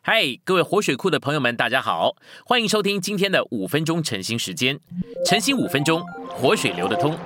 嗨，各位活水库的朋友们，大家好，欢迎收听今天的5分钟晨兴时间。晨兴5分钟，活水流得通。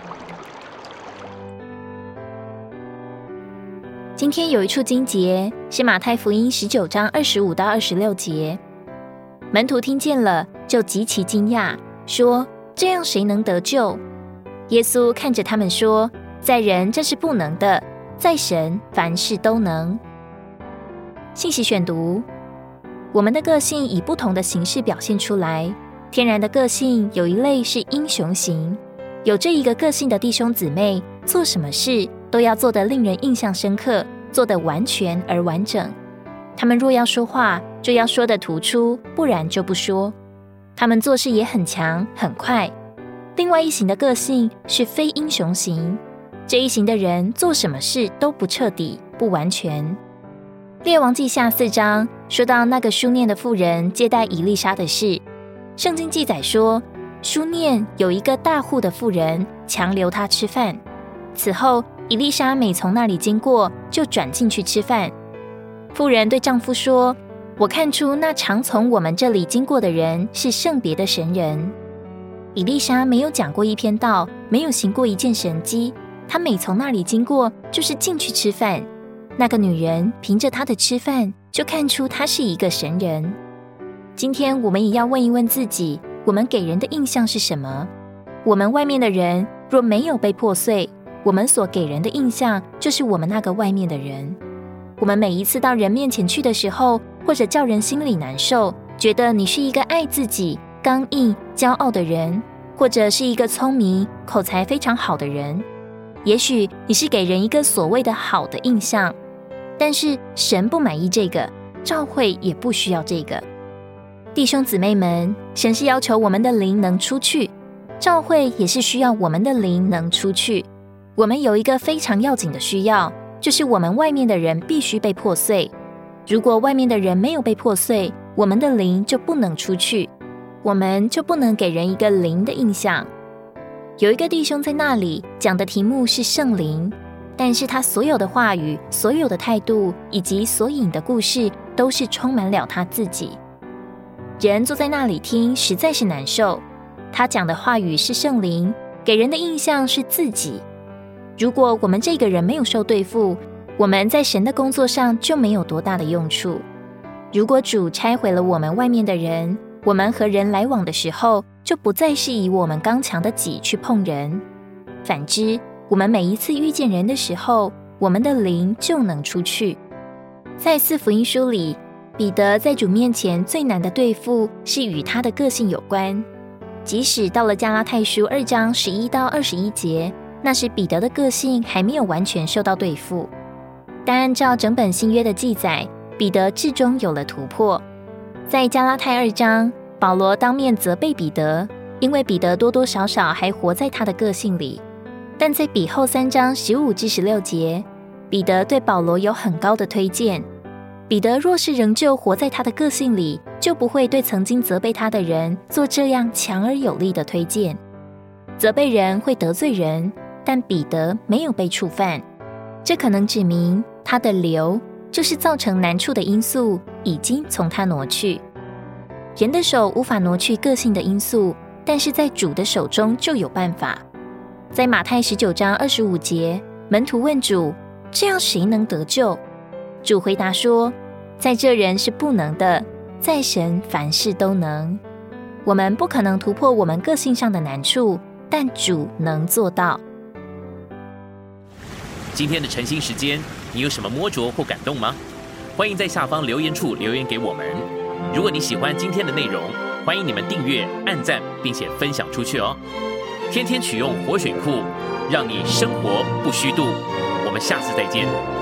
今天有一处经节是马太福音19章25到26节。门徒听见了，就极其惊讶，说：这样谁能得救？耶稣看着他们说：在人这是不能的，在神凡事都能。信息选读：我们的个性以不同的形式表现出来。天然的个性有一类是英雄型，有这一个个性的弟兄姊妹，做什么事都要做得令人印象深刻，做得完全而完整。他们若要说话，就要说得突出，不然就不说。他们做事也很强很快。另外一型的个性是非英雄型，这一型的人做什么事都不彻底不完全。列王记下4章说到那个书念的妇人接待以利沙的事。圣经记载说，书念有一个大户的妇人强留他吃饭，此后以利沙每从那里经过，就转进去吃饭。妇人对丈夫说：我看出那常从我们这里经过的人是圣别的神人。以利沙没有讲过一篇道，没有行过一件神迹，他每从那里经过，就是进去吃饭。那个女人凭着她的吃饭，就看出她是一个神人。今天我们也要问一问自己，我们给人的印象是什么？我们外面的人若没有被破碎，我们所给人的印象就是我们那个外面的人。我们每一次到人面前去的时候，或者叫人心里难受，觉得你是一个爱自己、刚硬、骄傲的人，或者是一个聪明、口才非常好的人，也许你是给人一个所谓的好的印象，但是神不满意这个，教会也不需要这个。弟兄姊妹们，神是要求我们的灵能出去，教会也是需要我们的灵能出去。我们有一个非常要紧的需要，就是我们外面的人必须被破碎。如果外面的人没有被破碎，我们的灵就不能出去，我们就不能给人一个灵的印象。有一个弟兄在那里讲的题目是圣灵，但是他所有的话语、所有的态度以及所引的故事，都是充满了他自己。人坐在那里听，实在是难受。他讲的话语是圣灵，给人的印象是自己。如果我们这个人没有受对付，我们在神的工作上就没有多大的用处。如果主拆毁了我们外面的人，我们和人来往的时候，就不再是以我们刚强的己去碰人。反之，我们每一次遇见人的时候，我们的灵就能出去。在4福音书里，彼得在主面前最难的对付是与他的个性有关。即使到了加拉太书2章11到21节，那时彼得的个性还没有完全受到对付。但按照整本新约的记载，彼得至终有了突破。在加拉太2章，保罗当面责备彼得，因为彼得多多少少还活在他的个性里。但在彼后3章15至16节，彼得对保罗有很高的推荐。彼得若是仍旧活在他的个性里，就不会对曾经责备他的人做这样强而有力的推荐。责备人会得罪人，但彼得没有被触犯，这可能指明他的流，就是造成难处的因素，已经从他挪去。人的手无法挪去个性的因素，但是在主的手中就有办法。在马太19章25节，门徒问主：这样谁能得救？主回答说：在这人是不能的，在神凡事都能。我们不可能突破我们个性上的难处，但主能做到。 今天的晨兴时间，你有什么摸着或感动吗？欢迎在下方留言处留言给我们。如果你喜欢今天的内容，欢迎你们订阅、按赞，并且分享出去哦。天天取用活水库，让你生活不虚度。我们下次再见。